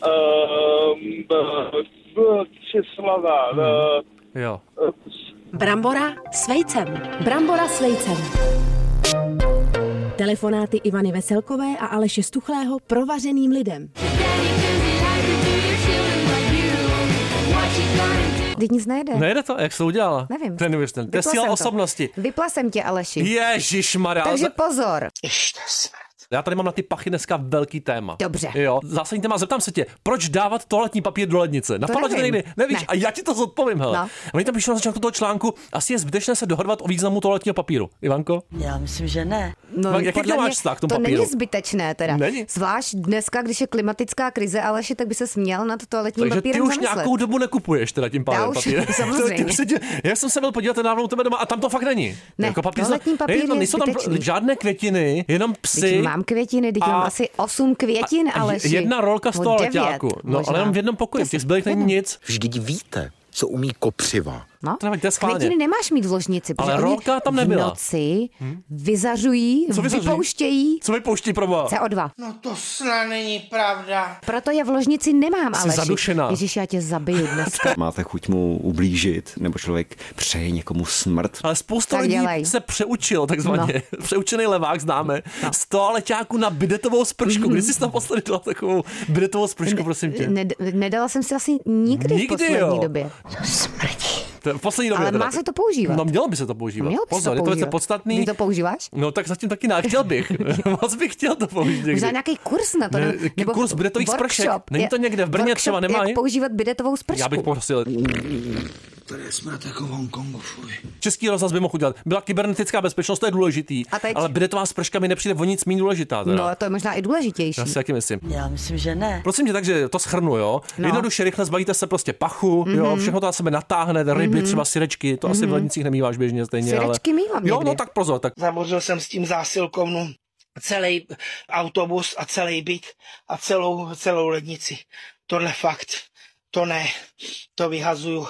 Česlava. Jo. Brambora s vejcem. Brambora s vejcem. Telefonáty Ivany Veselkové a Aleše Stuchlého provařeným lidem. Teď nic nejde. Nejde to? Jak jsi to udělala? Nevím. To je neuvěřitelné. To je síla osobnosti. Vypla jsem tě, Aleši. Ježišmarja. Takže pozor. Já tady mám na ty pachy dneska velký téma. Dobře. Jo, zásadní téma, zeptám se tě, proč dávat toaletní papír do lednice? Napadlo tě to někdy? Nevíš? Ne. A já ti to zodpovím, hele. No. Oni tam píšou na začátku toho článku, asi je zbytečné se dohadovat o významu toaletního papíru. Ivanko? Já myslím, že ne. No, jaký to máš vztah k tomu papíru? To není zbytečné teda. Není? Zvlášť dneska, když je klimatická krize, Aleši, tak by se směl na to toaletní papírem Takže ty už zamyslet. nějakou dobu nekupuješ teda tím pádem papír. Samozřejmě. Já jsem se byl podívat nedávno u tebe doma a tam to fakt není. Ne, jako toaletní papír je nejsou tam zbytečný. žádné květiny, jenom psy. Teď mám květiny, teď mám asi 8 květin, Aleši. Jedna rolka z toaleťáku. No, ale jenom v jednom pokoji, v těch zbylých není nic. Vždyť víte, co umí kopřiva. No, schválně. květiny nemáš mít v ložnici, protože ale rolka tam nebyla. V noci vyzařují, vypouštějí. Co vypouští, proboha? CO2. No to snad není pravda. Proto je v ložnici nemám, Aleši. Zadušená. Ježíš, já tě zabiju dneska. Máte chuť mu ublížit, nebo člověk přeje někomu smrt. Ale spousta lidí se přeučil, takzvaně. No. Přeučený levák známe. No. Z toaleťáku na bidetovou spršku. Kdy jsi tam posledně dala takovou bidetovou spršku, prosím tě? Nedala jsem si asi nikdy v poslední době. To smrdí. V poslední době. Ale má se to používat. No mělo by se to používat. Pozor, je to velice podstatný. Ty to používáš? No tak zatím taky ne, chtěl bych. Moc bych chtěl to použít. Možná nějaký kurz na to. Nebo kurz bidetových spršek. Není to někde v Brně třeba, nemají? Jak používat bidetovou spršku. Já bych prosil. Tady je smrt jako v Hongkongu, fuj. Český rozhlas by mohl udělat. Byla kybernetická bezpečnost, to je důležitý. Ale bidetová sprška mi nepřijde o nic méně důležitá. Teda. No, to je možná i důležitější. Já si taky myslím. Já myslím, že ne. Prosím tě, takže to shrnu, jo. No. Jednoduše, rychle zbavíte se prostě pachu, jo, všechno to na sebe natáhne, ryby, třeba syrečky, to asi v lednicích nemýváš běžně stejně. Syrečky ale... mývám Jo, někdy. no tak pozor. Tak... Zamořil jsem s tím zásilkovnu celý autobus a celý byt a celou lednici. Tohle fakt, to ne, to vyhazuju.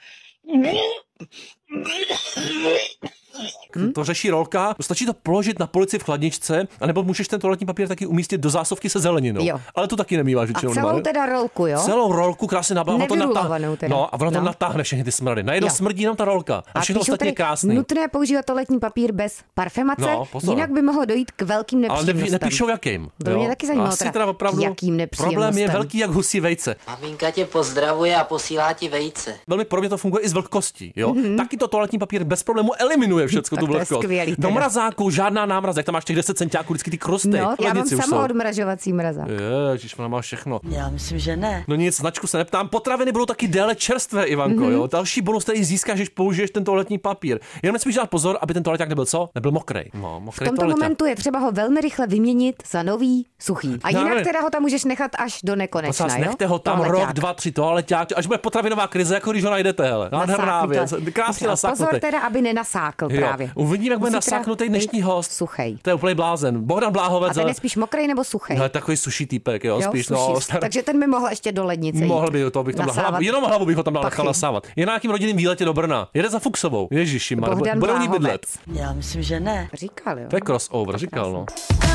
To řeší rolka, stačí to položit na polici v chladničce, anebo můžeš ten toaletní papír taky umístit do zásuvky se zeleninou. Jo. Ale to taky nemýváš většinou. A celou teda rolku, jo? Celou rolku krásně natáhne. No a ono to natáhne všechny ty smrady. Najednou smrdí nám ta rolka. A všechno ostatně je krásný. Nutné používat toaletní papír bez parfemace, jinak by mohlo dojít k velkým nepříjemnostem. Ale nepíšou jakým. To mě taky zajímalo. Asi teda opravdu jakým nepříjemnostem. Problém je velký jak husí vejce. Maminka tě pozdravuje a posílá ti vejce. Velmi pro mě to funguje i s vlhkostí, jo? Taky to toaletní papír bez problému eliminuje všechno tu vlhkost. Do mrazáku žádná námraz, jak tam máš těch 10 centiáků, vždycky ty krusty. No, já mám samoodmražovací mrazák. Ježiš, ona má všechno. Já myslím, že ne. No nic, značku se neptám. Potraviny budou taky déle čerstvé, Ivanko, jo. Další bonus, který získáš, když použiješ ten toaletní papír. Jenom nesmíš dát pozor, aby ten toaleťák nebyl co? Nebyl mokrý. No, mokrý v tomto toaleťák. momentu je třeba ho velmi rychle vyměnit za nový, suchý. A jinak teda ho tam můžeš nechat až do nekonečna, jo? Nechte ho tam rok, 2, 3 toaleťák, až bude potravinová krize, jako když ho najdete, hele. Nádherná věc. Krásně nasáknutý. Pozor teda, aby nenasákl právě. Uvidíme, jak bude nasáknutý dnešní host. Suchej. To je úplný blázen. Bohdan Bláhovec. A ten je spíš mokrý nebo suchej? No, takový suší týpek, jo, spíš. No, takže ten by mohl ještě do lednice jít. Mohl by, to bych tam jenom hlavu bych ho tam nechal nasávat. Je na nějakým rodinným výletě do Brna. Jede za Fuxovou. Ježiši, bude u ní bydlet. Já myslím, že ne. Říkal, jo. To je crossover, říkal, no.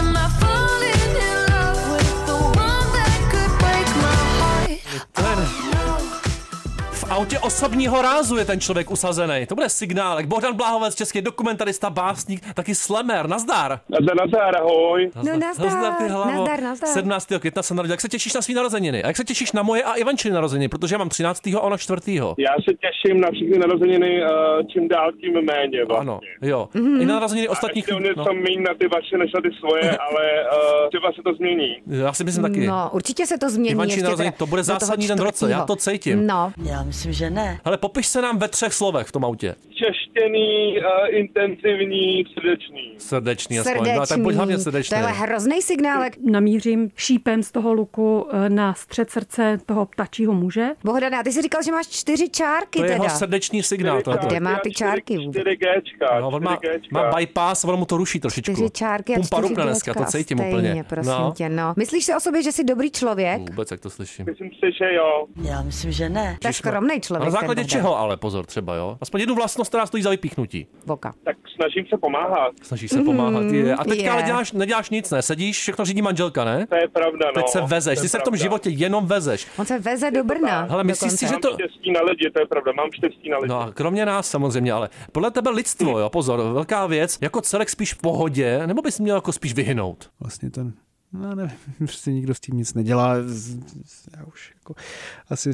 V autě osobního rázu je ten člověk usazený. To bude signálek. Bohdan Bláhovec, český dokumentarista, básník, taky slemér. Nazdar. Nazdar, ahoj. Nazdar. 17. května se narodil. Jak se těšíš na svý narozeniny? A jak se těšíš na moje a Ivančiny narozeniny? Protože já mám 13. a ona 4. Já se těším na všechny narozeniny čím dál tím méně vlastně. Ano, jo. I na narozeniny ostatních. A něco méně na ty vaše než na ty svoje, ale třeba se to změní. Já si myslím taky. No, určitě se to změní. Ivančiny narozeniny, to bude zásadní den v roce. Já to cítím. No. Já myslím, že ne. Ale popiš se nám ve 3 slovech v tom autě. Češtěný, intenzivní, srdečný. Srdečný. No, tak buď hlavně srdečný. To je hrozný signálek. Namířím šípem z toho luku na střed srce toho ptačího muže. Bohdane, a ty jsi říkal, že máš 4 čárky to teda. To je jeho srdeční signál. A kde má ty čárky? 4Gčka. No, on má bypass a ono mu to ruší trošičku. 4 čárky a 4 Pumpa dneska, to cítím úplně. Prosím tě, no. Myslíš si o sobě, že jsi dobrý člověk? Vůbec, jak to slyším. Myslím si, že jo. Já myslím, že ne. Tak skromnej silný člověk. Na základě čeho ale, pozor třeba, jo? Aspoň jednu vlastnost, která stojí za vypíchnutí. Voka. Tak snažím se pomáhat. Snažíš se pomáhat. A teďka ale neděláš nic, ne? Sedíš, všechno řídí manželka, ne? To je pravda, no. Teď se vezeš, ty se v tom životě jenom vezeš. On se veze do Brna. Hele, myslíš si, že to... Mám štěstí na lidi, to je pravda, mám štěstí na lidi. No a kromě nás samozřejmě, ale podle tebe lidstvo, jo, pozor, velká věc, jako celek spíš v pohodě, nebo bys měl jako spíš vyhnout? Vlastně ten, no nevím, prostě nikdo s tím nic nedělá. Já už jako asi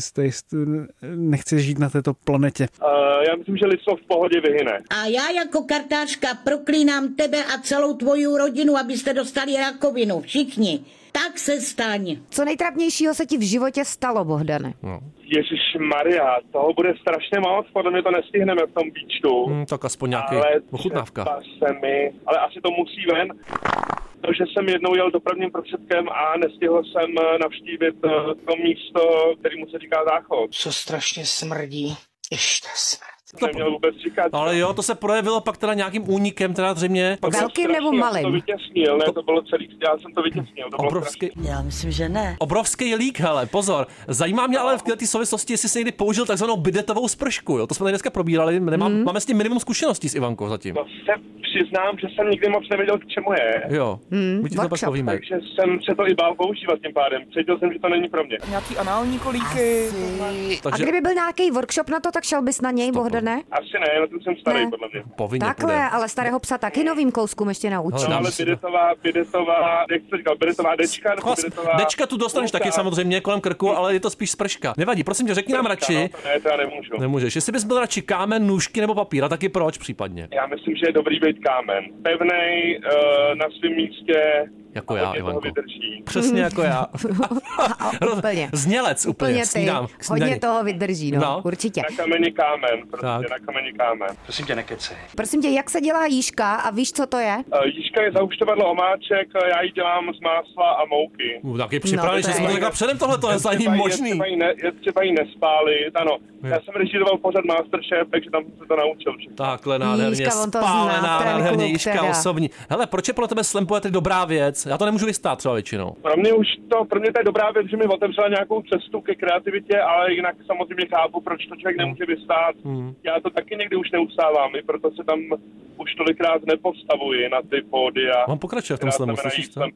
nechci žít na této planetě. Já myslím, že lidstvo v pohodě vyhyne. A já jako kartářka proklínám tebe a celou tvoji rodinu, abyste dostali rakovinu. Všichni. Tak se staň. Co nejtrapnějšího se ti v životě stalo, Bohdane? No. Ježišmarja, toho bude strašně moc, podle mě to nestihneme v tom výčtu. Tak aspoň nějaký ochutnávka. Ale asi to musí ven. To, že jsem jednou jel dopravním prostředkem a nestihl jsem navštívit to místo, kterému se říká Záchod. Co strašně smrdí. Ještě smrt. To neměl vůbec říkat. Ale jo, to se projevilo pak teda nějakým únikem, teda zřejmě. Velkým nebo malým? To vytěsnil, ne, to bylo celý, já jsem to vytěsnil. To obrovský. Já myslím, že ne. Obrovský lík, hele, pozor. Zajímá mě ale v této souvislosti, jestli jsi někdy použil takzvanou bidetovou spršku, jo? To jsme tady dneska probírali, máme s tím minimum zkušeností s Ivankou zatím. To se přiznám, že jsem nikdy moc nevěděl, k čemu je. Jo, my ti to pak povíme. Takže jsem se to i bál používat tím pádem. Cítil jsem, že to není pro mě. Nějaký anální kolíky. A kdyby byl nějaký workshop na to, tak šel bys na něj, Bohdane? Asi ne, na tom jsem starý, podle mě. Povinně takhle, půjde. Ale starého psa taky novým kouskům ještě naučí. No, ale bidetová, jak jsi říkal, bidetová dečka? Dečka tu dostaneš taky samozřejmě kolem krku, ale je to spíš sprška. Nevadí, prosím tě, řekni nám radši. Ne, to já nemůžu. Nemůžeš. Jestli bys byl radši kámen, nůžky nebo papír, a taky proč případně? Já myslím, že je dobrý být kámen. Pevnej, na svém místě. Jako já, Ivanko. Vydrží. Přesně jako já. Úplně. Znělec úplně. Snídám. Hodně toho vydrží, no, určitě. Na kameni kámen, prostě na kameni kámen. Prosím tě, nekecej. Prosím tě, jak se dělá jížka a víš, co to je? Jížka je zahušťovadlo omáček, já ji dělám z másla a mouky. Taky připravený, že jsem to řekla předem tohle, to je ani možný. Je třeba jí nespálit, ano. Já jsem režíroval pořad Masterchef, takže tam jsem se to naučil. Takhle nádherně spálená, nádherně jížka osobní. Hele, proč je pro tebe slam poetry dobrá věc? Já to nemůžu vystát třeba většinou. Pro mě to je dobrá věc, že mi otevřela nějakou cestu ke kreativitě, ale jinak samozřejmě chápu, proč to člověk nemůže vystát. Já to taky někdy už neustávám, i proto se tam už tolikrát nepostavuji na ty pódia. Mám pokračovat v tom slamu, slyšíš to?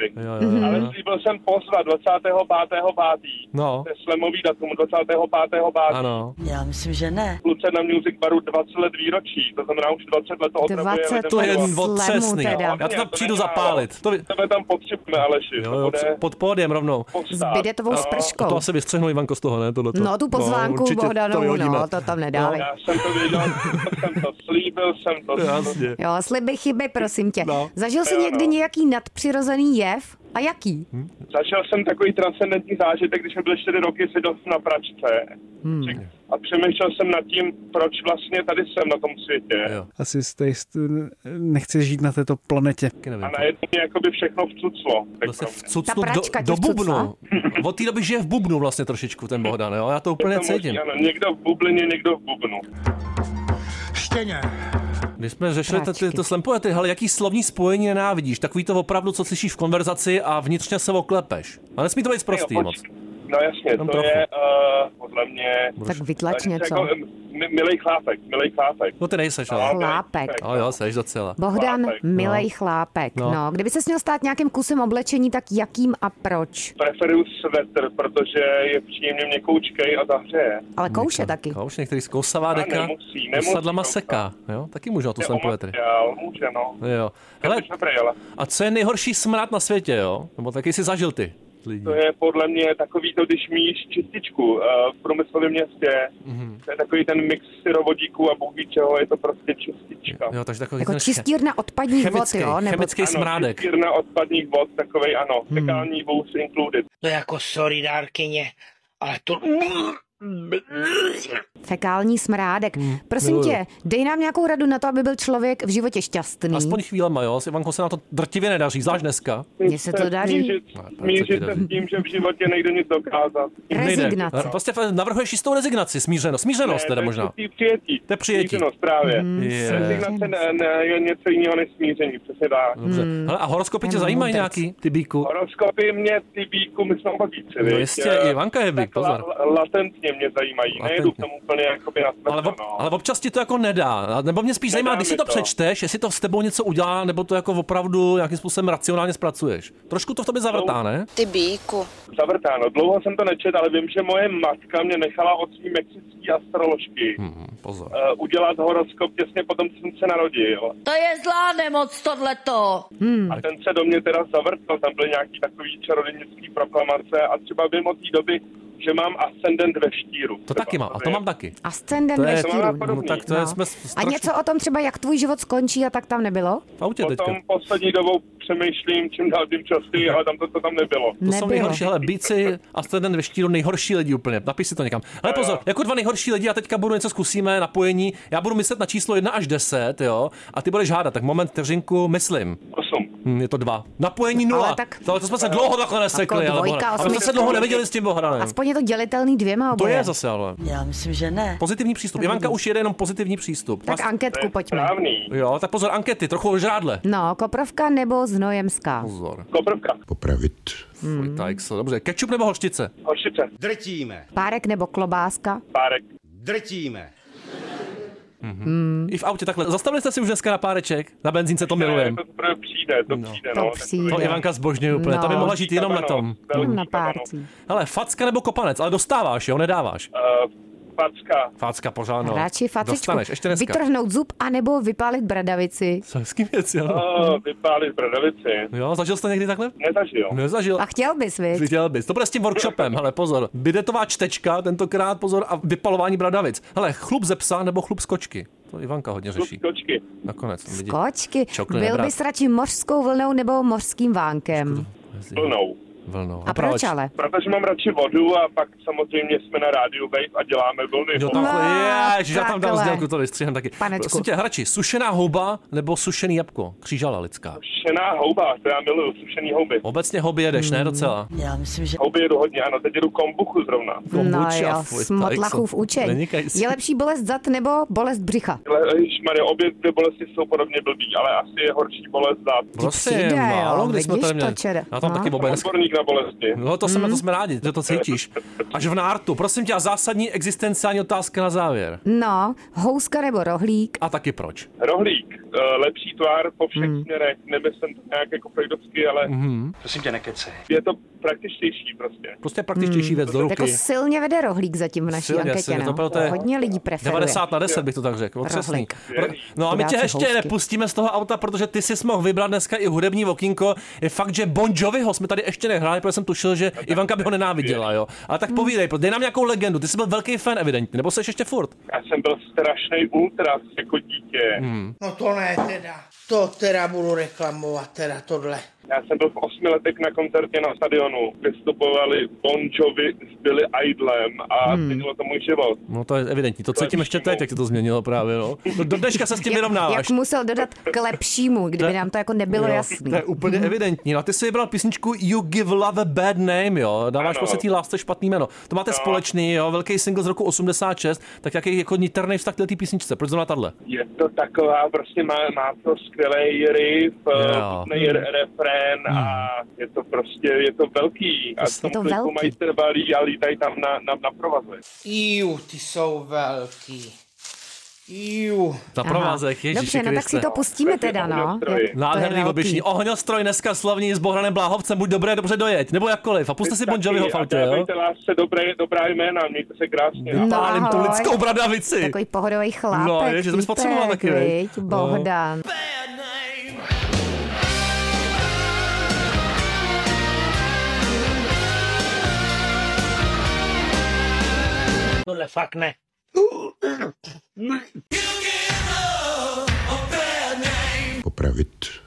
Ale slíbil jsem pozvat 25.5. No. To je slamový datum, 25.5. Ano. Já myslím, že ne. Kluce na Music Baru 20 let výročí, to znamená už 20 let to otravuje. To je otřesný. Já to tam přijdu zapálit. Tebe tam potřebujeme, Aleši. Jo, pod pódiem rovnou. S bidetovou sprškou. To asi vystřehnu, Ivanko, z toho, ne? Tohleto. No, tu pozvánku Bohdanovu, no, to tam nedáli. Já jsem to věděl, jsem to slíbil, jsem to Jasně. Jo, sliby, chyby, prosím tě. Zažil jsi někdy nějaký nadpřirozený jev? A jaký? Zažil jsem takový transcendentní zážitek, když mi byly 4 roky, seděl jsem na pračce. A přemýšlel jsem nad tím, proč vlastně tady jsem na tom světě. Jo. Asi nechci žít na této planetě. A najednou mě jakoby všechno vcuclo. Vcucnu do bubnu. Od té doby žije v bubnu vlastně trošičku ten Bohdan, jo? Já to úplně cítím. Ano, někdo v bublině, někdo v bubnu. Štěně. Když jsme řešili to slam poetry, hele, jaký slovní spojení nenávidíš? Takový to opravdu, co slyšíš v konverzaci a vnitřně se oklepeš. A nesmí to být prostý moc. No jasně, to je podle mě... Tak vytlač něco. Jako, milej chlápek. No ty nejseš, ale. Chlápek. Ale jo, seš docela. Bohdan, milej chlápek. No, kdyby ses měl stát nějakým kusem oblečení, tak jakým a proč? Preferuju svetr, protože je příjemně měkoučkej a zahřeje. Ale kouše taky. Kouš, některý zkousavá deka. Nemusí. Usadlama seká, jo? Taky můžu na tu slam poetry. Může, no. Jo. Hele, a co je nejhorší smrad na světě, jo? Nebo taky jsi zažil ty? Lidí. To je podle mě takový to, když míjíš čističku v průmyslovém městě. To je takový ten mix syrovodíků a bůh ví čeho, je to prostě čistička. Jo, takže takový jako čistírna odpadních vod, jo? Chemický smrádek. Čistírna odpadních vod, takovej ano, fekální bůh included. To je jako sorry, dárkyně, ale to... Fekální smrádek. Prosím tě, dej nám nějakou radu na to, aby byl člověk v životě šťastný. Aspoň chvílema, jo? S Ivankou se na to drtivě nedaří, zvlášť dneska. Mně se to daří. Smířit se s tím, že v životě nejde nic dokázat. Rezignace. Prostě navrhuješ jistou rezignaci, smířenost teda možná. To je přijetí. Smířenost právě. Rezignace je něco jiného než smíření, přesně tak. Dobře. Hele, a horoskopy tě zajímají nějaký, Tybíku? Horoskopy mě, Tybíku, my jsme oba víci. No jistě, Ivanka je bík, pozor. Latentně latentně mě zajímají. Nejedu k tomu úplně jakoby na ale občas ti to jako nedá. Nebo mě spíš zajímá, když si to přečteš, jestli to s tebou něco udělá, nebo to jako opravdu nějakým způsobem racionálně zpracuješ. Trošku to v tobě zavrtá, ne? Ty bíku. Zavrtáno. Dlouho jsem to nečet, ale vím, že moje matka mě nechala od svý mexický astroložky pozor. Udělat horoskop těsně potom, co jsem se narodil. To je zlá nemoc tohleto. A ten se do mě teda zavrtl, tam byly nějaký takový čarodějnický proklamace a třeba vím od té doby, že mám ascendent ve štíru. To taky mám, a to mám taky. Ascendent ve štíru. No, tak to je, jsme a něco o tom třeba, jak tvůj život skončí a tak tam nebylo? V autě teďka. Potom poslední dobou přemýšlím, čím dál tím častěji, ale tam to tam nebylo. To jsou nejhorší, hele, bíci, ascendent ve štíru, nejhorší lidi úplně, napiš si to někam. Ale pozor, jako 2 nejhorší lidi a teďka budu něco zkusíme, napojení, já budu myslet na číslo 1 až 10, jo, a ty budeš hádat, tak moment, vteřinku, myslím. 8. Je to 2. Napojení 0. Tak... To jsme se dlouho takhle nesekli, ale jsme se dlouho neviděli s tím Bohdanem. Aspoň je to dělitelný 2 oboje. To je zase ale. Já myslím, že ne. Pozitivní přístup. Ivanka už jede jenom pozitivní přístup. Tak anketku pojďme. Správný. Jo, tak pozor, ankety, trochu o žrádle. No, Koprovka nebo Znojemská? Pozor. Koprovka. Popravit. Tak, dobře. Kečup nebo hořčice? Hořčice. Drtíme. Párek nebo klobáska? Párek. Drtíme. I v autě takhle. Zastavili jste si už dneska na páreček? Na benzínce to milujem. To přijde. To Ivanka zbožňuje úplně. To by mohla žít jenom na tom. Na párci. Hele, facka nebo kopanec, ale dostáváš, jo, nedáváš. Facka. Facka pořád, no. Radši facičku. Dostaneš, ještě dneska. Vytrhnout zub, anebo vypálit bradavici. Co hezký věc, jo. Vypálit bradavici. Jo, zažil jste někdy takhle? Nezažil. A chtěl bys, viď? Chtěl bys. To bude s tím workshopem, hele, pozor. Bidetová čtečka, tentokrát pozor, a vypalování bradavic. Hele, chlup ze psa nebo chlup z kočky. To Ivanka hodně řeší. Kočky. Nakonec. Kočky. Byl bys radši mořskou vlnou nebo mořským vánkem? Vlnou. A proč ale? Protože mám radši vodu a pak samozřejmě jsme na rádiu Wave a děláme vlny. Jo, já tam dám sdělku, to vystřihám taky. Prosím tě, hrači, sušená houba nebo sušený jabko? Křížala lidská. Sušená houba, to já miluju, sušený houby. Obecně houby jedeš, ne docela? Já myslím, že... Houby jedu hodně, ano, teď jedu kombuchu zrovna. No jo, smotlachův učeň. Je lepší bolest zad nebo bolest břicha? Ježišmarja, obě dvě bolesti jsou podobně blbý, ale asi je horší bolest zad. Prosím, málo kdy jsme tady měli. Já tam taky odborník na bolesti. No to jsme rádi, že to cítíš. Až v nártu. Prosím tě, a zásadní existenciální otázka na závěr. No, houska nebo rohlík? A taky proč? Rohlík. Lepší tvar po všech směrech. Nemyslím to nějak jako freudovsky, ale... Prosím tě, nekecej. Je to praktičtější prostě. Prostě praktičtější věc do ruky. Jako silně vede rohlík zatím v naší anketě, no. Hodně lidí preferuje. 90/10 bych to tak řekl. Otřesný. No a my tě ještě nepustíme z toho auta, protože ty jsi mohl vybrat dneska i hudební okýnko. Je fakt, že Bon Joviho jsme tady ještě nehráli, protože jsem tušil, že Ivanka by ho nenáviděla, jo. Ale tak povídej, dej nám nějakou legendu. Ty jsi byl velký fan evidentně, nebo jsi ještě furt? Já jsem byl strašný ultras jako dítě. No to ne teda. To teda budu reklamovat, teda tohle. Já jsem byl v 8 letech na koncertě na stadionu. Vystupovali Bon Jovi s Billy Idolem a změnilo to můj život. No to je evidentní. To cítím ještě teď, jak se to změnilo právě, no. Do dneška se s tím vyrovnáváš. Jak musel dodat k lepšímu, kdyby nám to jako nebylo jasný. To je úplně evidentní. No a ty jsi vybral písničku You Give Love a Bad Name, jo. Dáváš prostě té lásce špatný jméno. To máte společný, jo, velký single z roku 86. Tak jaký jako niternej vztah té písničce? Proč zrovna tahle? Je to taková, prostě má to skvělý riff, refrén a je to prostě, je to velký. A je to velký. Mají se balí a lítají tam na provazech. Ty jsou velký. Na provázech, Ježíši Dobře, no tak si to pustíme teda, no. Nádherný obyčný ohňostroj dneska slavní s Bohdanem Bláhovcem, buď dobré, dobře dojeď, nebo jakkoliv. A puste si Bon Joviho v autě, jo? Dávejte lásce dobrá jména, mějte se krásně. Napálím tu lidskou bradavici. Takový pohodový chlápek. No, ježi, to bys potřeboval taky, viď? Bohdan. Tohle fakt ne. Popravit.